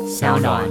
小暖。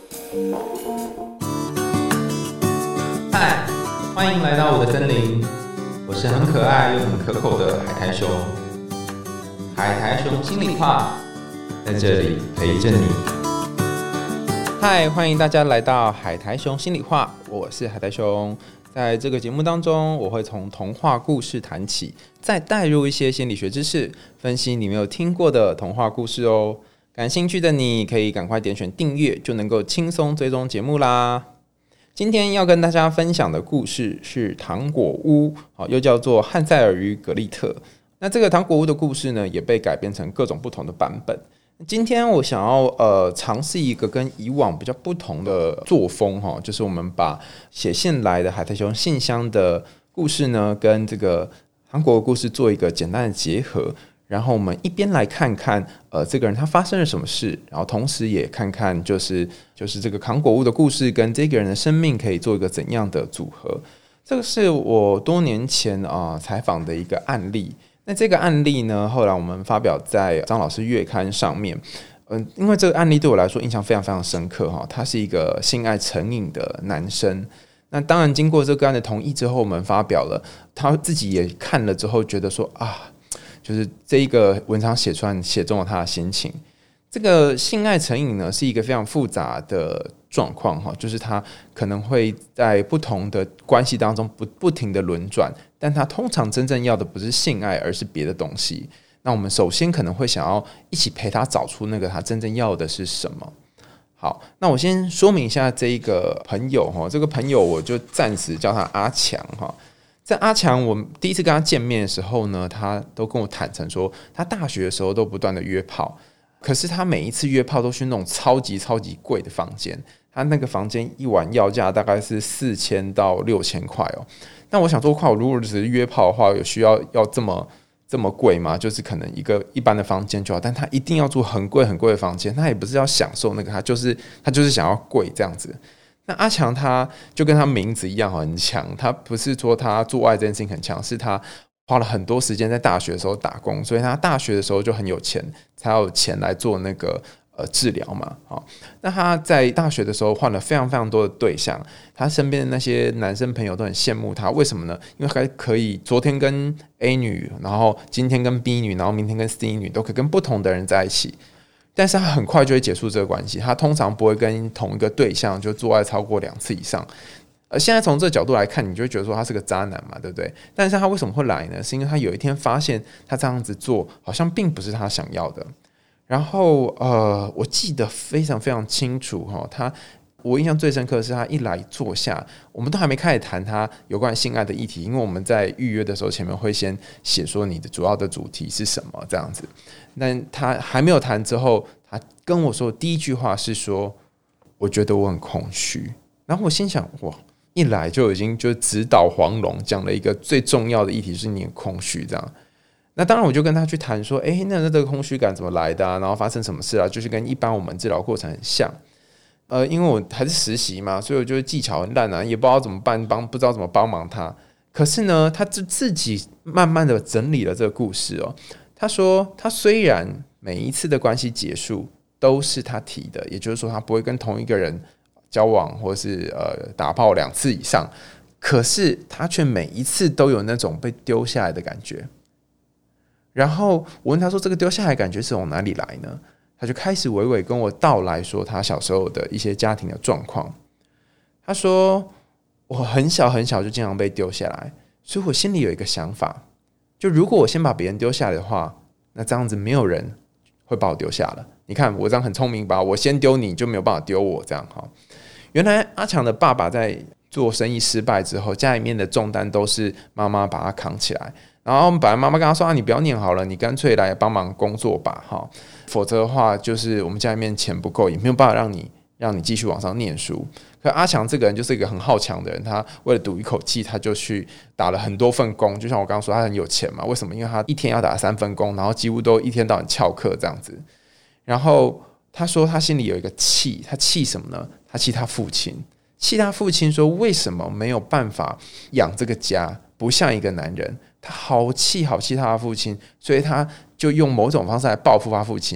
嗨，欢迎来到我的森林，我是很可爱又很可口的海苔熊。海苔熊心里话，在这里陪着你。嗨，欢迎大家来到海苔熊心里话，我是海苔熊。在这个节目当中，我会从童话故事谈起，再带入一些心理学知识，分析你没有听过的童话故事哦。感兴趣的你可以赶快点选订阅，就能够轻松追踪节目啦。今天要跟大家分享的故事是糖果屋，又叫做汉塞尔与葛丽特。那这个糖果屋的故事呢，也被改编成各种不同的版本。今天我想要尝试一个跟以往比较不同的作风，就是我们把写信来的海苔熊信箱的故事呢，跟这个糖果屋故事做一个简单的结合。然后我们一边来看看这个人他发生了什么事，然后同时也看看就是这个糖果屋的故事跟这个人的生命可以做一个怎样的组合。这个是我多年前采访的一个案例。那这个案例呢，后来我们发表在张老师月刊上面。因为这个案例对我来说印象非常非常深刻他是一个性爱成瘾的男生。那当然经过这个案的同意之后，我们发表了，他自己也看了之后觉得说就是这一个文章写出来写中了他的心情。这个性爱成瘾呢是一个非常复杂的状况就是他可能会在不同的关系当中不停的轮转，但他通常真正要的不是性爱，而是别的东西。那我们首先可能会想要一起陪他找出那个他真正要的是什么。好，那我先说明一下这一个朋友这个朋友我就暂时叫他阿强在阿强我第一次跟他见面的时候呢，他都跟我坦诚说他大学的时候都不断的约炮，可是他每一次约炮都去那种超级超级贵的房间，他那个房间一晚要价大概是4000到6000块那我想说如果只是约炮的话，有需要这么贵吗？就是可能一般的房间就好，但他一定要住很贵很贵的房间，他也不是要享受那个，他就是想要贵这样子。那阿强他就跟他名字一样很强，他不是说他做爱这件事情很强，是他花了很多时间在大学的时候打工，所以他大学的时候就很有钱，才有钱来做那个治疗嘛。那他在大学的时候换了非常非常多的对象，他身边的那些男生朋友都很羡慕他，为什么呢？因为他可以昨天跟 A 女，然后今天跟 B 女，然后明天跟 C 女，都可以跟不同的人在一起。但是他很快就会结束这个关系，他通常不会跟同一个对象就做爱超过2次以上。现在从这个角度来看，你就会觉得说他是个渣男嘛，对不对？但是他为什么会来呢？是因为他有一天发现他这样子做好像并不是他想要的。然后我记得非常非常清楚我印象最深刻的是他一来坐下，我们都还没开始谈他有关性爱的议题，因为我们在预约的时候前面会先写说你的主要的主题是什么这样子。但他还没有谈之后，他跟我说的第一句话是说我觉得我很空虚。然后我心想哇，一来就已经就直捣黄龙，讲了一个最重要的议题是你很空虚这样。那当然我就跟他去谈说那这个空虚感怎么来的然后发生什么事就是跟一般我们治疗过程很像。因为我还是实习嘛，所以我就技巧很烂也不知道怎么办，不知道怎么帮忙他。可是呢，他就自己慢慢的整理了这个故事他说他虽然每一次的关系结束都是他提的，也就是说他不会跟同一个人交往或是打炮2次以上，可是他却每一次都有那种被丢下来的感觉。然后我问他说这个丢下来的感觉是从哪里来呢？他就开始娓娓跟我道来说他小时候的一些家庭的状况。他说我很小很小就经常被丢下来，所以我心里有一个想法，就如果我先把别人丢下来的话，那这样子没有人会把我丢下了。你看我这样很聪明吧，我先丢你就没有办法丢我这样原来阿强的爸爸在做生意失败之后，家里面的重担都是妈妈把他扛起来，然后本来妈妈跟他说你不要念好了，你干脆来帮忙工作吧否则的话就是我们家里面钱不够，也没有办法让你继续往上念书。可阿强这个人就是一个很好强的人，他为了赌一口气，他就去打了很多份工。就像我刚刚说他很有钱嘛，为什么？因为他一天要打3份工，然后几乎都一天到晚翘课这样子。然后他说他心里有一个气，他气什么呢？他气他父亲，气他父亲说为什么没有办法养这个家，不像一个男人。他好气好气他的父亲，所以他就用某种方式来报复他父亲。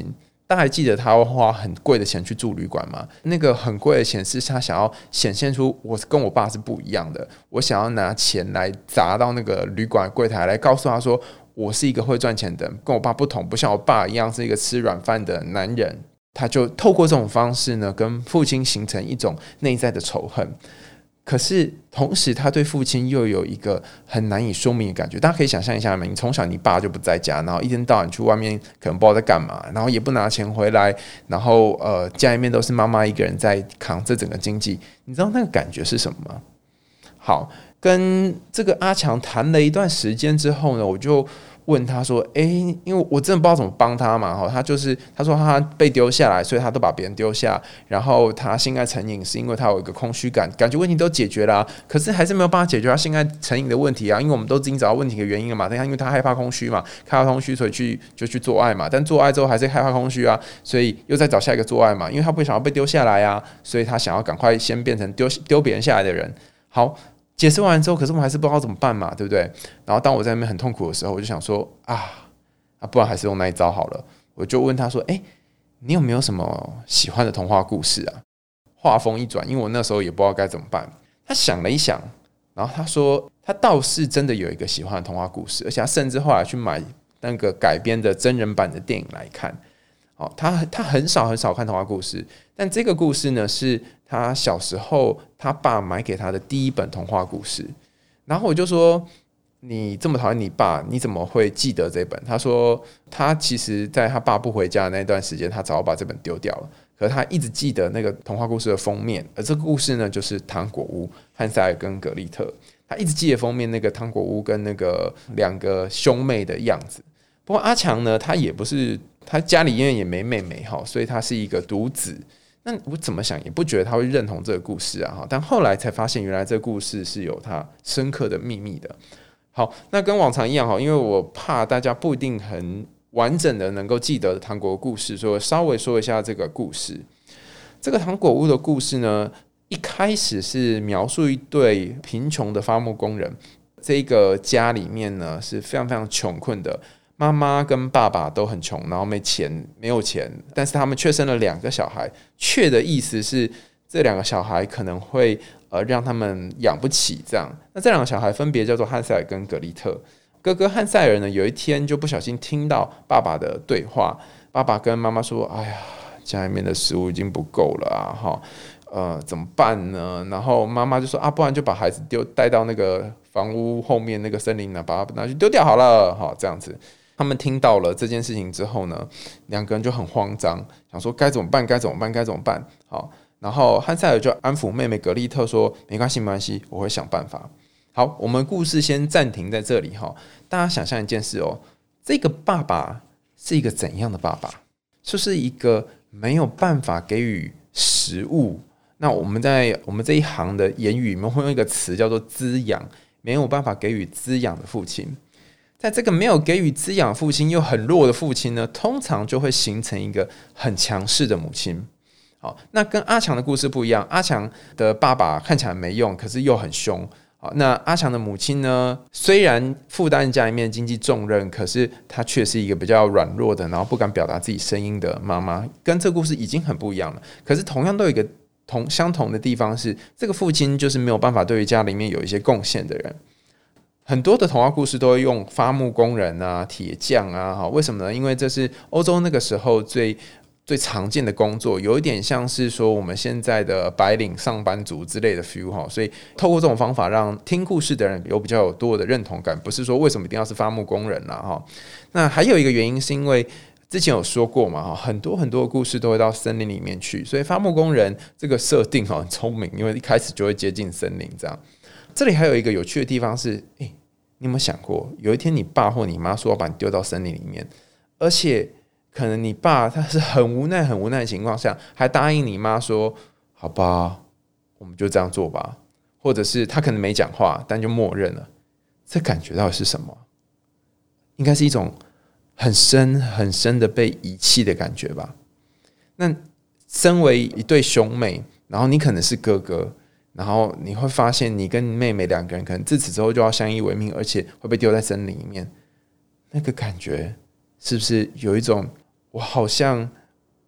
大家还记得他要花很贵的钱去住旅馆吗？那个很贵的钱是他想要显现出我跟我爸是不一样的，我想要拿钱来砸到那个旅馆柜台，来告诉他说我是一个会赚钱的人，跟我爸不同，不像我爸一样是一个吃软饭的男人。他就透过这种方式呢，跟父亲形成一种内在的仇恨。可是同时他对父亲又有一个很难以说明的感觉。大家可以想象一下，你从小你爸就不在家，然后一天到晚去外面可能不知道在干嘛，然后也不拿钱回来，然后家里面都是妈妈一个人在扛这整个经济，你知道那个感觉是什么吗？好，跟这个阿强谈了一段时间之后呢，我就问他说因为我真的不知道怎么帮他嘛，他说他被丢下来，所以他都把别人丢下，然后他性爱成瘾是因为他有一个空虚感，感觉问题都解决了可是还是没有办法解决他性爱成瘾的问题因为我们都已经找到问题的原因了嘛，因为他害怕空虚嘛，害怕空虚所以就去做爱嘛，但做爱之后还是害怕空虚所以又再找下一个做爱嘛，因为他不想要被丢下来所以他想要赶快先变成丢别人下来的人。好，解释完之后，可是我们还是不知道怎么办嘛，对不对？然后当我在那边很痛苦的时候，我就想说不然还是用那一招好了。我就问他说你有没有什么喜欢的童话故事话锋一转，因为我那时候也不知道该怎么办。他想了一想，然后他说他倒是真的有一个喜欢的童话故事，而且他甚至后来去买那个改编的真人版的电影来看。他很少看童话故事，但这个故事呢是他小时候他爸买给他的第一本童话故事。然后我就说你这么讨厌你爸，你怎么会记得这本？他说他其实在他爸不回家的那段时间，他早就把这本丢掉了，可是他一直记得那个童话故事的封面，而这个故事呢就是糖果屋，汉塞尔跟格丽特。他一直记得封面那个糖果屋跟那个两个兄妹的样子。不过阿强呢，他也不是，他家里因为也没妹妹所以他是一个独子。那我怎么想也不觉得他会认同这个故事但后来才发现原来这个故事是有他深刻的秘密的。好，那跟往常一样因为我怕大家不一定很完整的能够记得糖果故事，所以我稍微说一下这个故事。这个糖果屋的故事呢，一开始是描述一对贫穷的伐木工人，这个家里面呢是非常非常穷困的，妈妈跟爸爸都很穷，然后没有钱，但是他们却生了2个小孩。却的意思是这2个小孩可能会让他们养不起这样。那这2个小孩分别叫做汉塞尔跟格丽特。哥哥汉塞尔呢，有一天就不小心听到爸爸的对话，爸爸跟妈妈说：“哎呀，家里面的食物已经不够了怎么办呢？”然后妈妈就说：“不然就把孩子带到那个房屋后面那个森林把它拿去丢掉好了。”这样子。他们听到了这件事情之后呢，2个人就很慌张，想说该怎么办。好，然后汉塞尔就安抚妹妹格丽特说：“没关系，我会想办法。”好，我们故事先暂停在这里大家想象一件事这个爸爸是一个怎样的爸爸？就是一个没有办法给予食物。那我们这一行的言语里面会用一个词叫做滋养，没有办法给予滋养的父亲。在这个没有给予滋养的父亲又很弱的父亲呢，通常就会形成一个很强势的母亲。好，那跟阿强的故事不一样，阿强的爸爸看起来没用，可是又很凶。好，那阿强的母亲呢，虽然负担家里面的经济重任，可是她却是一个比较软弱的，然后不敢表达自己声音的妈妈，跟这个故事已经很不一样了。可是同样都有一个相同的地方是，这个父亲就是没有办法对于家里面有一些贡献的人。很多的童话故事都会用伐木工人铁匠为什么呢？因为这是欧洲那个时候最常见的工作，有一点像是说我们现在的白领上班族之类的 feel 所以透过这种方法让听故事的人比较多的认同感，不是说为什么一定要是伐木工人那还有一个原因是因为之前有说过嘛，很多的故事都会到森林里面去，所以伐木工人这个设定很聪明，因为一开始就会接近森林这样。这里还有一个有趣的地方是你有没有想过有一天你爸或你妈说要把你丢到森林里面，而且可能你爸他是很无奈的情况下还答应你妈说好吧我们就这样做吧，或者是他可能没讲话但就默认了，这感觉到底是什么？应该是一种很深的被遗弃的感觉吧。那身为一对兄妹，然后你可能是哥哥，然后你会发现你跟妹妹2个人可能自此之后就要相依为命，而且会被丢在森林里面，那个感觉是不是有一种我好像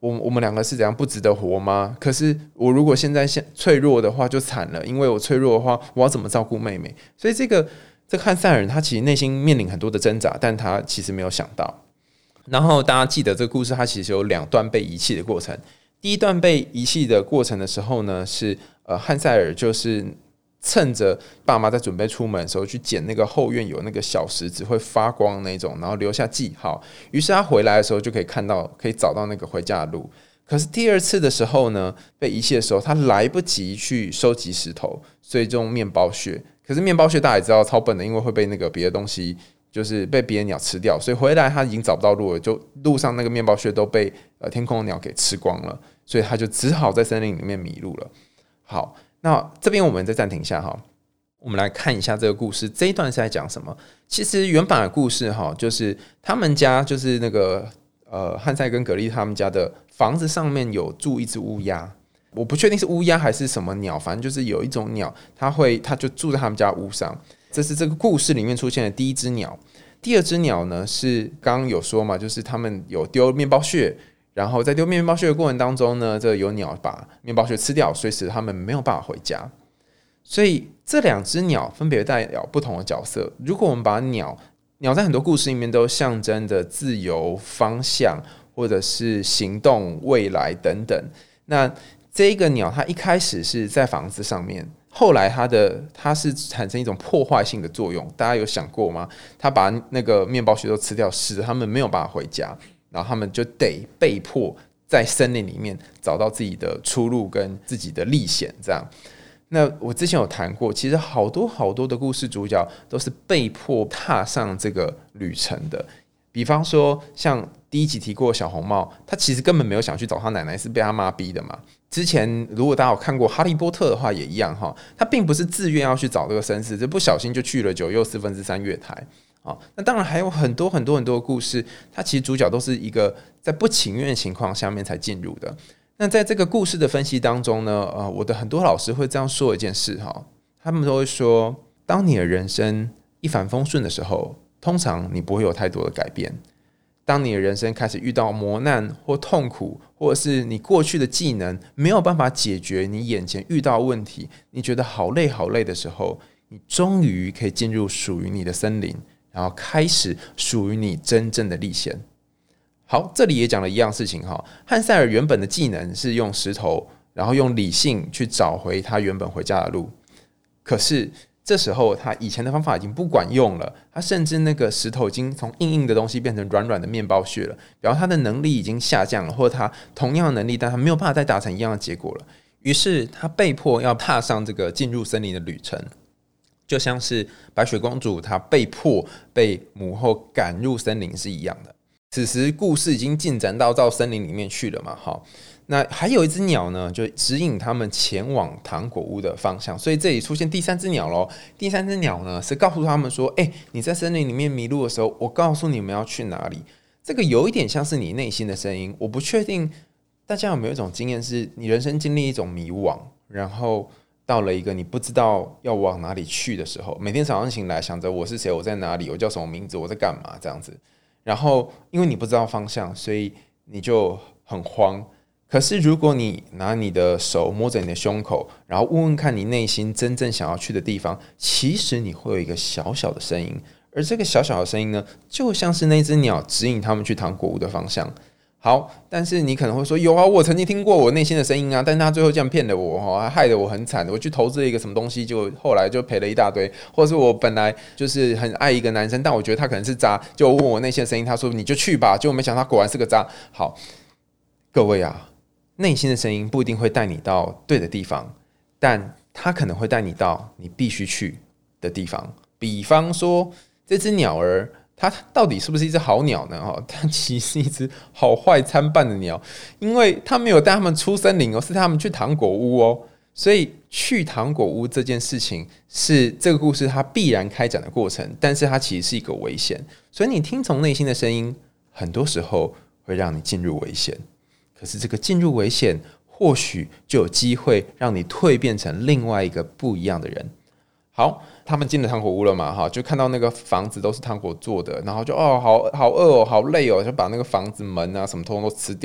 我们两个是怎样不值得活吗？可是我如果现在脆弱的话就惨了，因为我脆弱的话，我要怎么照顾妹妹？所以这个汉塞尔人他其实内心面临很多的挣扎，但他其实没有想到。然后大家记得这个故事，它其实有2段被遗弃的过程。第一段被遗弃的过程的时候呢，是汉塞尔就是趁着爸妈在准备出门的时候去捡那个后院有那个小石子会发光那种，然后留下记号。于是他回来的时候就可以找到那个回家的路。可是第2次的时候呢，被遗弃的时候，他来不及去收集石头，所以就用面包屑。可是面包屑大家也知道超笨的，因为会被那个别的东西，就是被别的鸟吃掉，所以回来他已经找不到路了，就路上那个面包屑都被天空的鸟给吃光了，所以他就只好在森林里面迷路了。好，那这边我们再暂停一下哈，我们来看一下这个故事这一段是在讲什么。其实原版的故事哈，就是他们家就是那个汉塞跟蛤蜊他们家的房子上面有住一只乌鸦，我不确定是乌鸦还是什么鸟，反正就是有一种鸟，它就住在他们家屋上。这是这个故事里面出现的第一只鸟。第2只鸟呢，是刚刚有说嘛，就是他们有丢面包屑，然后在丢面包屑的过程当中呢，这有鸟把面包屑吃掉，所以使他们没有办法回家。所以这2只鸟分别代表不同的角色。如果我们把鸟在很多故事里面都象征着自由、方向，或者是行动、未来等等。那这个鸟它一开始是在房子上面，后来它是产生一种破坏性的作用，大家有想过吗？它把那个面包屑都吃掉，使得他们没有办法回家，然后他们就得被迫在森林里面找到自己的出路跟自己的历险。这样，那我之前有谈过，其实好多的故事主角都是被迫踏上这个旅程的。比方说，像第1集提过小红帽，他其实根本没有想去找他奶奶，是被他妈逼的嘛。之前如果大家有看过《哈利波特》的话，也一样哈，他并不是自愿要去找这个绅士，这不小心就去了9又3/4月台。那当然还有很多的故事，他其实主角都是一个在不情愿的情况下面才进入的。那在这个故事的分析当中呢，我的很多老师会这样说一件事哈，他们都会说，当你的人生一帆风顺的时候，通常你不会有太多的改变。当你的人生开始遇到磨难或痛苦，或者是你过去的技能没有办法解决你眼前遇到的问题，你觉得好累的时候，你终于可以进入属于你的森林，然后开始属于你真正的历险。好，这里也讲了一样事情哈。汉塞尔原本的技能是用石头，然后用理性去找回他原本回家的路，可是这时候他以前的方法已经不管用了，他甚至那个石头已经从硬的东西变成软的面包屑了，然后他的能力已经下降了，或者他同样的能力，但他没有办法再达成一样的结果了。于是他被迫要踏上这个进入森林的旅程，就像是白雪公主她被迫被母后赶入森林是一样的。此时故事已经进展到森林里面去了嘛，好，那还有一只鸟呢，就指引他们前往糖果屋的方向，所以这里出现第3只鸟咯。第3只鸟呢，是告诉他们说，你在森林里面迷路的时候，我告诉你们要去哪里。这个有一点像是你内心的声音。我不确定大家有没有一种经验，是你人生经历一种迷惘，然后到了一个你不知道要往哪里去的时候，每天早上醒来想着我是谁，我在哪里，我叫什么名字，我在干嘛这样子，然后因为你不知道方向，所以你就很慌。可是如果你拿你的手摸着你的胸口，然后问问看你内心真正想要去的地方，其实你会有一个小小的声音，而这个小小的声音呢，就像是那只鸟指引他们去糖果屋的方向。好，但是你可能会说，有啊，我曾经听过我内心的声音啊，但是他最后这样骗了我，害得我很惨，我去投资了一个什么东西，就后来就赔了一大堆，或者是我本来就是很爱一个男生，但我觉得他可能是渣，就问我内心的声音，他说你就去吧，结果没想到他果然是个渣。好，各位啊，内心的声音不一定会带你到对的地方，但它可能会带你到你必须去的地方。比方说，这只鸟儿，它到底是不是一只好鸟呢？它其实是一只好坏参半的鸟，因为它没有带他们出森林是带他们去糖果屋所以去糖果屋这件事情是这个故事它必然开展的过程，但是它其实是一个危险。所以你听从内心的声音，很多时候会让你进入危险。可是这个进入危险，或许就有机会让你蜕变成另外一个不一样的人。好，他们进了糖果屋了嘛，就看到那个房子都是糖果做的，然后就好饿好累就把那个房子门啊什么通通都吃掉。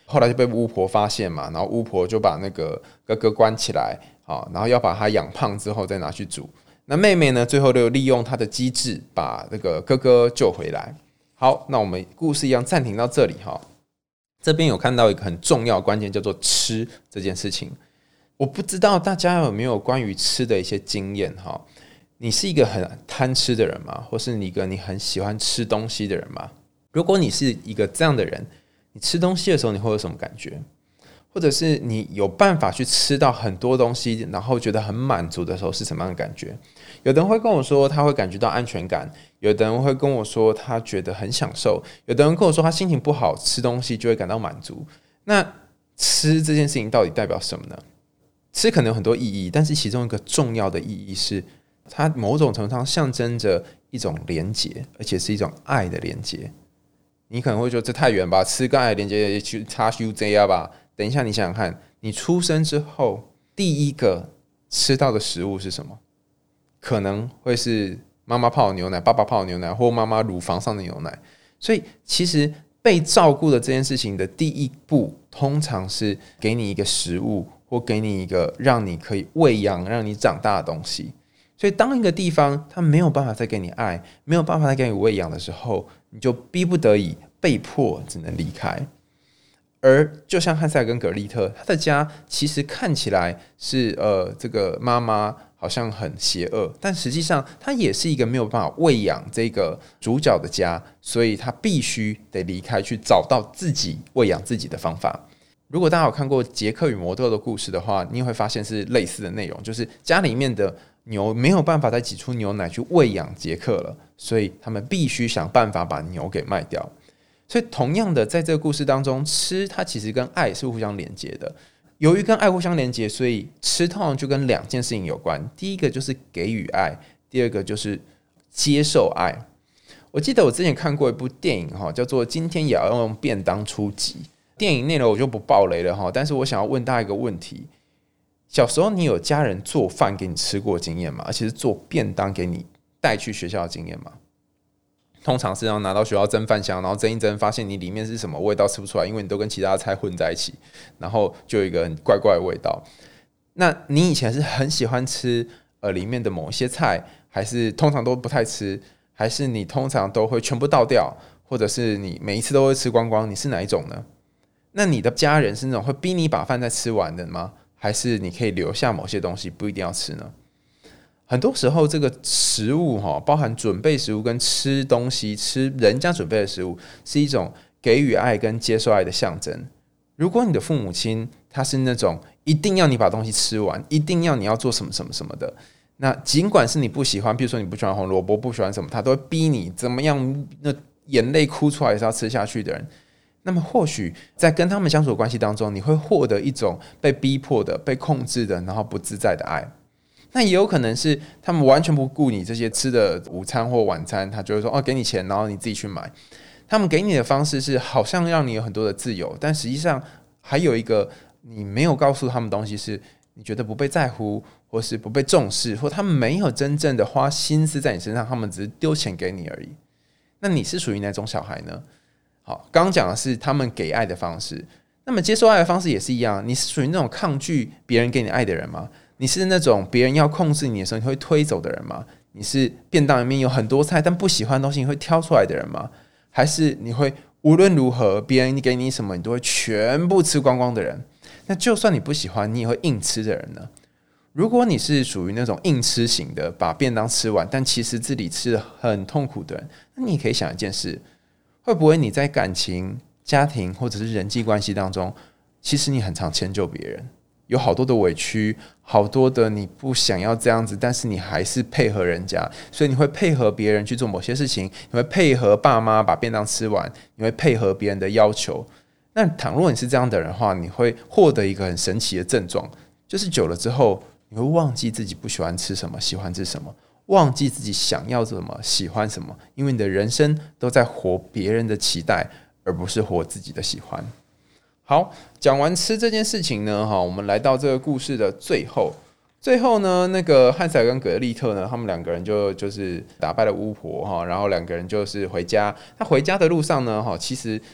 后来就被巫婆发现嘛，然后巫婆就把那个哥哥关起来，然后要把他养胖之后再拿去煮。那妹妹呢，最后就利用她的机智把那个哥哥救回来。好，那我们故事一样暂停到这里哈。这边有看到一个很重要的关键，叫做吃这件事情。我不知道大家有没有关于吃的一些经验哈？你是一个很贪吃的人吗？或是你很喜欢吃东西的人吗？如果你是一个这样的人，你吃东西的时候你会有什么感觉？或者是你有办法去吃到很多东西，然后觉得很满足的时候是什么样的感觉？有的人会跟我说他会感觉到安全感，有的人会跟我说他觉得很享受，有的人跟我说他心情不好吃东西就会感到满足。那吃这件事情到底代表什么呢？吃可能有很多意义，但是其中一个重要的意义是它某种程度上象征着一种连结，而且是一种爱的连结。你可能会觉得这太远吧，吃跟爱的连结去差修这样吧。等一下，你想想看，你出生之后第一个吃到的食物是什么？可能会是妈妈泡的牛奶、爸爸泡的牛奶，或妈妈乳房上的牛奶。所以，其实被照顾的这件事情的第一步，通常是给你一个食物，或给你一个让你可以喂养、让你长大的东西。所以，当一个地方它没有办法再给你爱，没有办法再给你喂养的时候，你就逼不得已、被迫只能离开。而就像汉塞尔跟葛丽特，他的家其实看起来是这个妈妈好像很邪恶，但实际上他也是一个没有办法喂养这个主角的家，所以他必须得离开，去找到自己喂养自己的方法。如果大家有看过《杰克与魔豆》的故事的话，你也会发现是类似的内容，就是家里面的牛没有办法再挤出牛奶去喂养杰克了，所以他们必须想办法把牛给卖掉。所以同样的，在这个故事当中，吃它其实跟爱是互相连接的。由于跟爱互相连接，所以吃通常就跟两件事情有关。第一个就是给予爱，第二个就是接受爱。我记得我之前看过一部电影叫做《今天也要用便当出击》。电影内容我就不爆雷了，但是我想要问大家一个问题：小时候你有家人做饭给你吃过经验吗？而且是做便当给你带去学校的经验吗？通常是要拿到学校蒸饭箱，然后蒸一蒸，发现你里面是什么味道吃不出来，因为你都跟其他的菜混在一起，然后就有一个很怪怪的味道。那你以前是很喜欢吃里面的某一些菜，还是通常都不太吃，还是你通常都会全部倒掉，或者是你每一次都会吃光光？你是哪一种呢？那你的家人是那种会逼你把饭再吃完的吗？还是你可以留下某些东西不一定要吃呢？很多时候这个食物包含准备食物跟吃东西，吃人家准备的食物，是一种给予爱跟接受爱的象征。如果你的父母亲他是那种一定要你把东西吃完，一定要你要做什么什么什么的，那尽管是你不喜欢，比如说你不喜欢红萝卜，不喜欢什么，他都会逼你怎么样，那眼泪哭出来也是要吃下去的人，那么或许在跟他们相处的关系当中，你会获得一种被逼迫的、被控制的，然后不自在的爱。那也有可能是他们完全不顾你这些吃的午餐或晚餐，他就会说给你钱，然后你自己去买。他们给你的方式是好像让你有很多的自由，但实际上还有一个你没有告诉他们的东西，是你觉得不被在乎，或是不被重视，或他们没有真正的花心思在你身上，他们只是丢钱给你而已。那你是属于哪种小孩呢？好，刚刚讲的是他们给爱的方式，那么接受爱的方式也是一样。你是属于那种抗拒别人给你爱的人吗？你是那种别人要控制你的时候你会推走的人吗？你是便当里面有很多菜但不喜欢的东西你会挑出来的人吗？还是你会无论如何别人给你什么你都会全部吃光光的人？那就算你不喜欢你也会硬吃的人呢？如果你是属于那种硬吃型的，把便当吃完但其实自己吃得很痛苦的人，那你可以想一件事，会不会你在感情、家庭或者是人际关系当中，其实你很常迁就别人，有好多的委屈，好多的你不想要这样子，但是你还是配合人家，所以你会配合别人去做某些事情，你会配合爸妈把便当吃完，你会配合别人的要求。那倘若你是这样的人的话，你会获得一个很神奇的症状，就是久了之后你会忘记自己不喜欢吃什么，喜欢吃什么，忘记自己想要什么，喜欢什么，因为你的人生都在活别人的期待，而不是活自己的喜欢。好，讲完吃这件事情呢，我们来到这个故事的最后。最后呢，那个汉塞尔跟葛丽特呢，他们两个人就是打败了巫婆，然后两个人就是回家。那回家的路上呢，其实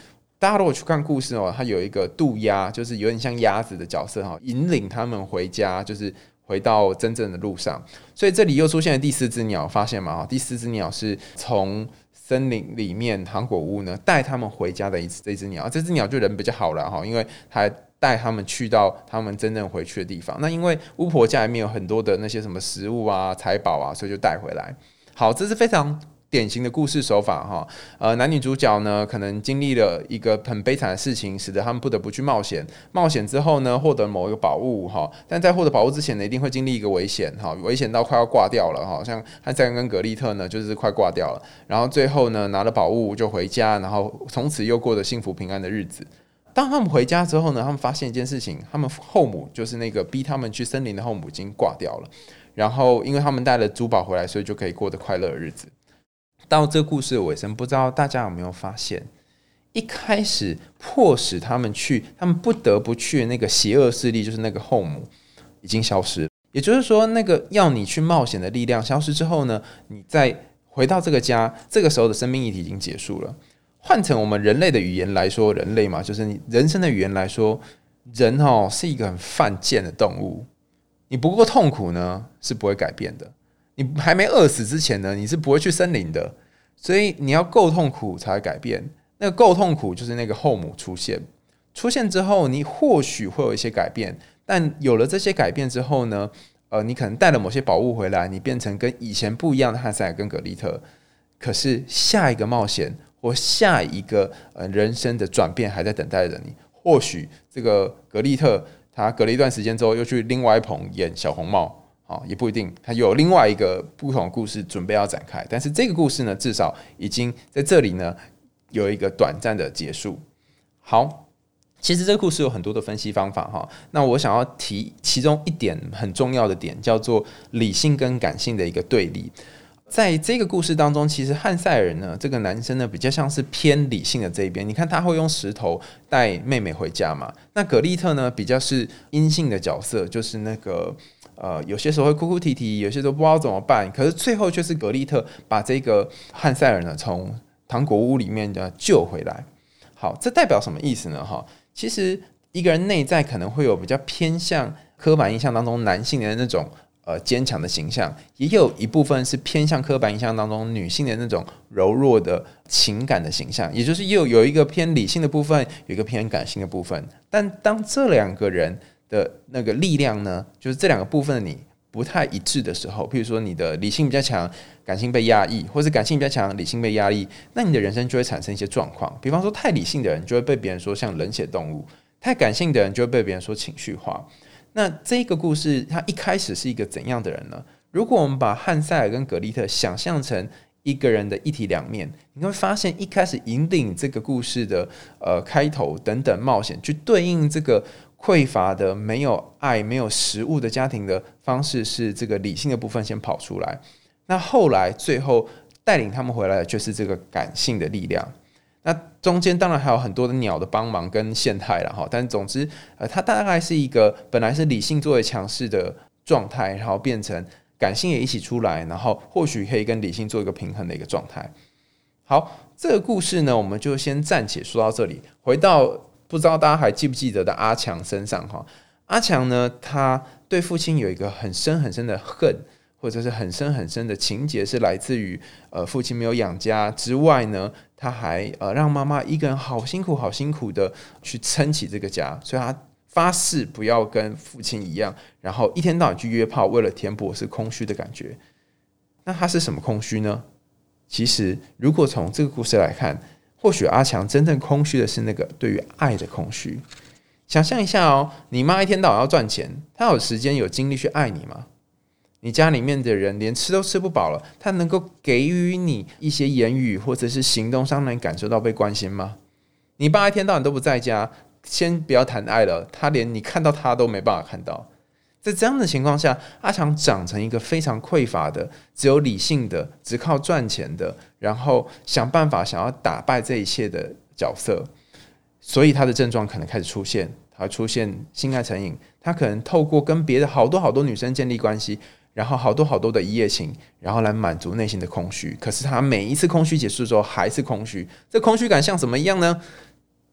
大家如果去看故事哦，它有一个渡鸦，就是有点像鸭子的角色哈，引领他们回家，就是回到真正的路上。所以这里又出现了第4只鸟，发现吗？第4只鸟是从森林里面糖果屋呢带他们回家的这只鸟，这只鸟就人比较好了哈，因为它带他们去到他们真正回去的地方。那因为巫婆家里面有很多的那些什么食物啊、财宝啊，所以就带回来。好，这是非常典型的故事手法哈。男女主角呢，可能经历了一个很悲惨的事情，使得他们不得不去冒险。冒险之后呢，获得某一个宝物哈，但在获得宝物之前呢，一定会经历一个危险哈，危险到快要挂掉了哈。像汉塞尔跟格丽特呢，就是快挂掉了。然后最后呢，拿了宝物就回家，然后从此又过着幸福平安的日子。当他们回家之后呢，他们发现一件事情，他们后母就是那个逼他们去森林的后母已经挂掉了。然后因为他们带了珠宝回来，所以就可以过得快乐的日子。到这故事的尾声，不知道大家有没有发现，一开始迫使他们不得不去的那个邪恶势力，就是那个后母，已经消失了。也就是说，那个要你去冒险的力量消失之后呢，你再回到这个家，这个时候的生命议题已经结束了。换成我们人类的语言来说，人类嘛，就是你人生的语言来说，人是一个很犯贱的动物。你不够痛苦呢，是不会改变的。你还没饿死之前呢，你是不会去森林的。所以你要够痛苦才会改变。那个够痛苦就是那个后母出现之后，你或许会有一些改变，但有了这些改变之后呢，你可能带了某些宝物回来，你变成跟以前不一样的汉塞尔跟格丽特。可是下一个冒险或下一个人生的转变还在等待着你。或许这个格丽特他隔了一段时间之后又去另外一棚演小红帽。也不一定，他有另外一个不同的故事准备要展开，但是这个故事呢，至少已经在这里呢有一个短暂的结束。好，其实这个故事有很多的分析方法哈，那我想要提其中一点很重要的点，叫做理性跟感性的一个对立。在这个故事当中，其实汉塞尔呢，这个男生呢，比较像是偏理性的这一边。你看他会用石头带妹妹回家嘛？那格丽特呢，比较是阴性的角色，就是那个有些时候会哭哭啼啼，有些时候不知道怎么办。可是最后却是格丽特把这个汉塞尔呢从糖果屋里面救回来。好，这代表什么意思呢？其实一个人内在可能会有比较偏向刻板印象当中男性的那种坚强的形象，也有一部分是偏向刻板印象当中女性的那种柔弱的情感的形象，也就是有一个偏理性的部分，有一个偏感性的部分。但当这两个人的那个力量呢，就是这两个部分的你不太一致的时候，譬如说你的理性比较强，感性被压抑，或是感性比较强，理性被压抑，那你的人生就会产生一些状况。比方说太理性的人就会被别人说像冷血动物，太感性的人就会被别人说情绪化。那这个故事它一开始是一个怎样的人呢？如果我们把汉塞尔跟格丽特想象成一个人的一体两面，你会发现一开始引领这个故事的开头等等冒险，去对应这个匮乏的没有爱没有食物的家庭的方式，是这个理性的部分先跑出来，那后来最后带领他们回来的就是这个感性的力量。那中间当然还有很多的鸟的帮忙跟陷害啦，但总之它大概是一个本来是理性作为强势的状态，然后变成感性也一起出来，然后或许可以跟理性做一个平衡的一个状态。好，这个故事呢我们就先暂且说到这里，回到不知道大家还记不记得的阿强身上。阿强呢，他对父亲有一个很深很深的恨，或者是很深很深的情结，是来自于父亲没有养家之外呢，他还让妈妈一个人好辛苦好辛苦的去撑起这个家，所以他发誓不要跟父亲一样，然后一天到晚去约炮，为了填补是空虚的感觉。那他是什么空虚呢？其实如果从这个故事来看，或许阿强真正空虚的是那个对于爱的空虚。想象一下你妈一天到晚要赚钱，她有时间有精力去爱你吗？你家里面的人连吃都吃不饱了，她能够给予你一些言语或者是行动上让你感受到被关心吗？你爸一天到晚都不在家，先不要谈爱了，他连你看到他都没办法看到。在这样的情况下，阿强长成一个非常匮乏的，只有理性的，只靠赚钱的，然后想办法想要打败这一切的角色。所以他的症状可能开始出现，他会出现性爱成瘾，他可能透过跟别的好多好多女生建立关系，然后好多好多的一夜情，然后来满足内心的空虚。可是他每一次空虚结束之后还是空虚，这空虚感像什么一样呢？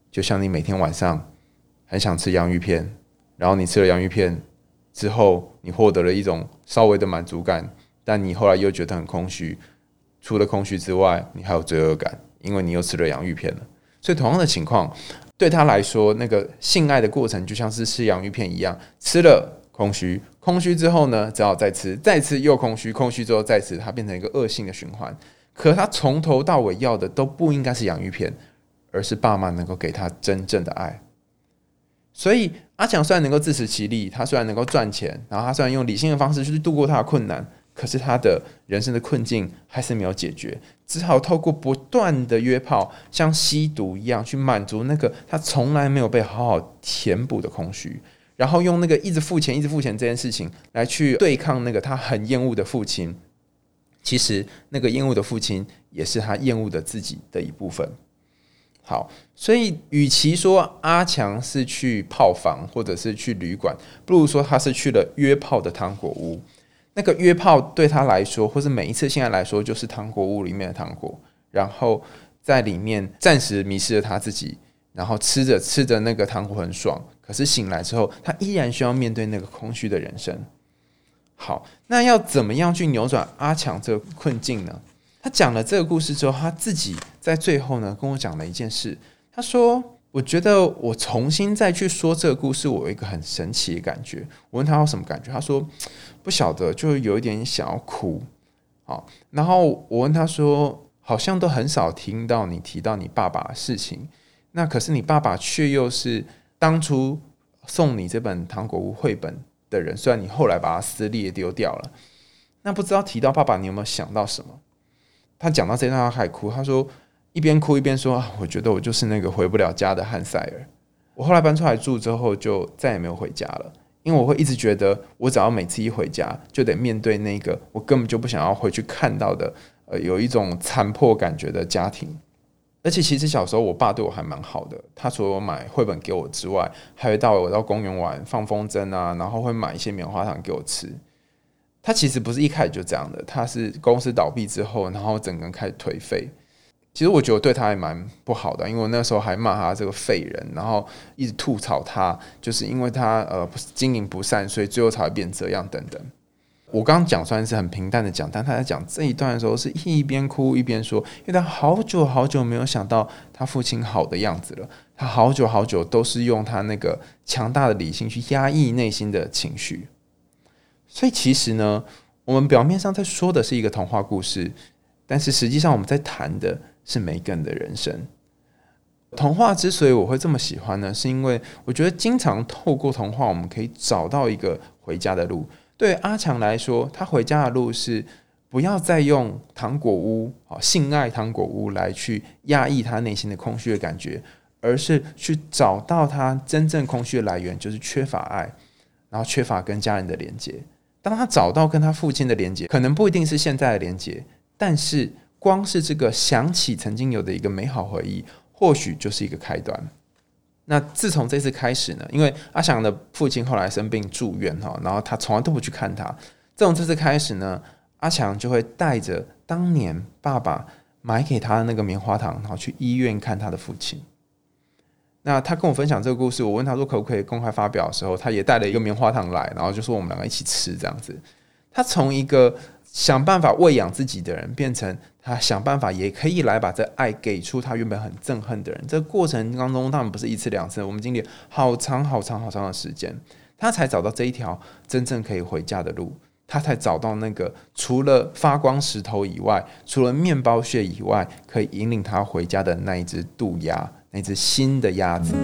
就像你每天晚上很想吃洋芋片，然后你吃了洋芋片之后，你获得了一种稍微的满足感，但你后来又觉得很空虚。除了空虚之外，你还有罪恶感，因为你又吃了洋芋片了。所以同样的情况，对他来说，那个性爱的过程就像是吃洋芋片一样，吃了空虚，空虚之后呢，只好再吃，再吃又空虚，空虚之后再吃，它变成一个恶性的循环。可他从头到尾要的都不应该是洋芋片，而是爸妈能够给他真正的爱。所以阿强虽然能够自食其力，他虽然能够赚钱，然后他虽然用理性的方式去度过他的困难，可是他的人生的困境还是没有解决，只好透过不断的约炮，像吸毒一样去满足那个他从来没有被好好填补的空虚，然后用那个一直付钱一直付钱这件事情来去对抗那个他很厌恶的父亲。其实那个厌恶的父亲也是他厌恶的自己的一部分。好，所以与其说阿强是去炮房或者是去旅馆，不如说他是去了约炮的糖果屋。那个约炮对他来说，或是每一次性爱来说，就是糖果屋里面的糖果，然后在里面暂时迷失了他自己，然后吃着那个糖果很爽，可是醒来之后，他依然需要面对那个空虚的人生。好，那要怎么样去扭转阿强这个困境呢？他讲了这个故事之后，他自己在最后呢跟我讲了一件事。他说：“我觉得我重新再去说这个故事，我有一个很神奇的感觉。”我问他有什么感觉，他说：“不晓得，就有一点想要哭。”好，然后我问他说：“好像都很少听到你提到你爸爸的事情，那可是你爸爸却又是当初送你这本糖果屋绘本的人，虽然你后来把它撕裂丢掉了，那不知道提到爸爸，你有没有想到什么？”他讲到这段，他开始哭。他说，一边哭一边说：“我觉得我就是那个回不了家的汉塞尔。我后来搬出来住之后，就再也没有回家了，因为我会一直觉得，我只要每次一回家，就得面对那个我根本就不想要回去看到的，有一种残破感觉的家庭。而且其实小时候我爸对我还蛮好的，他除了买绘本给我之外，还会带我到公园玩放风筝啊，然后会买一些棉花糖给我吃。他其实不是一开始就这样的，他是公司倒闭之后，然后整个人开始颓废。其实我觉得我对他还蛮不好的，因为我那时候还骂他这个废人，然后一直吐槽他，就是因为他经营不善，所以最后才会变这样等等。我刚刚讲虽然是很平淡的讲，但他在讲这一段的时候是一边哭一边说，因为他好久好久没有想到他父亲好的样子了，他好久好久都是用他那个强大的理性去压抑内心的情绪。所以其实呢，我们表面上在说的是一个童话故事，但是实际上我们在谈的是梅根的人生。童话之所以我会这么喜欢呢，是因为我觉得经常透过童话，我们可以找到一个回家的路。对阿强来说，他回家的路是不要再用糖果屋、性爱糖果屋来去压抑他内心的空虚的感觉，而是去找到他真正空虚的来源，就是缺乏爱，然后缺乏跟家人的连结。当他找到跟他父亲的连结，可能不一定是现在的连结，但是光是这个想起曾经有的一个美好回忆，或许就是一个开端。那自从这次开始呢，因为阿翔的父亲后来生病住院，然后他从来都不去看他。自从这次开始呢，阿翔就会带着当年爸爸买给他的那个棉花糖，然后去医院看他的父亲。那他跟我分享这个故事，我问他说可不可以公开发表的时候，他也带了一个棉花糖来，然后就说我们两个一起吃这样子。他从一个想办法喂养自己的人，变成他想办法也可以来把这爱给出他原本很憎恨的人。这个过程当中当然不是一次两次，我们经历好长好长好长的时间，他才找到这一条真正可以回家的路，他才找到那个除了发光石头以外，除了面包屑以外，可以引领他回家的那一只渡鸦，那只新的鸭子。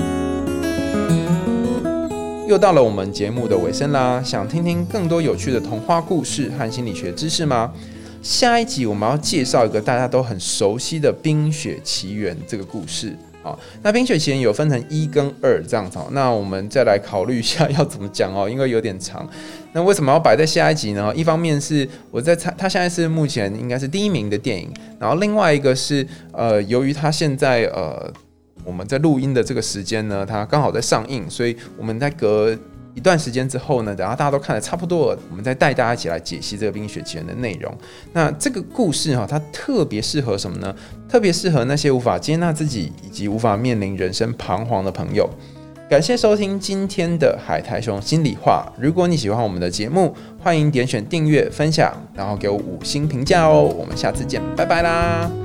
又到了我们节目的尾声啦，想听听更多有趣的童话故事和心理学知识吗？下一集我们要介绍一个大家都很熟悉的《冰雪奇缘》这个故事。好，那《冰雪奇缘》有分成1跟2这样子，那我们再来考虑一下要怎么讲哦，因为有点长。那为什么要摆在下一集呢？一方面是我在猜，它现在是目前应该是第1名的电影，然后另外一个是由于它现在我们在录音的这个时间呢，它刚好在上映，所以我们在隔一段时间之后呢，等到大家都看得差不多了，我们再带大家一起来解析这个《冰雪奇缘》的内容。那这个故事它特别适合什么呢？特别适合那些无法接纳自己以及无法面临人生彷徨的朋友。感谢收听今天的海苔熊心里话。如果你喜欢我们的节目，欢迎点选订阅、分享，然后给我5星评价哦。我们下次见，拜拜啦！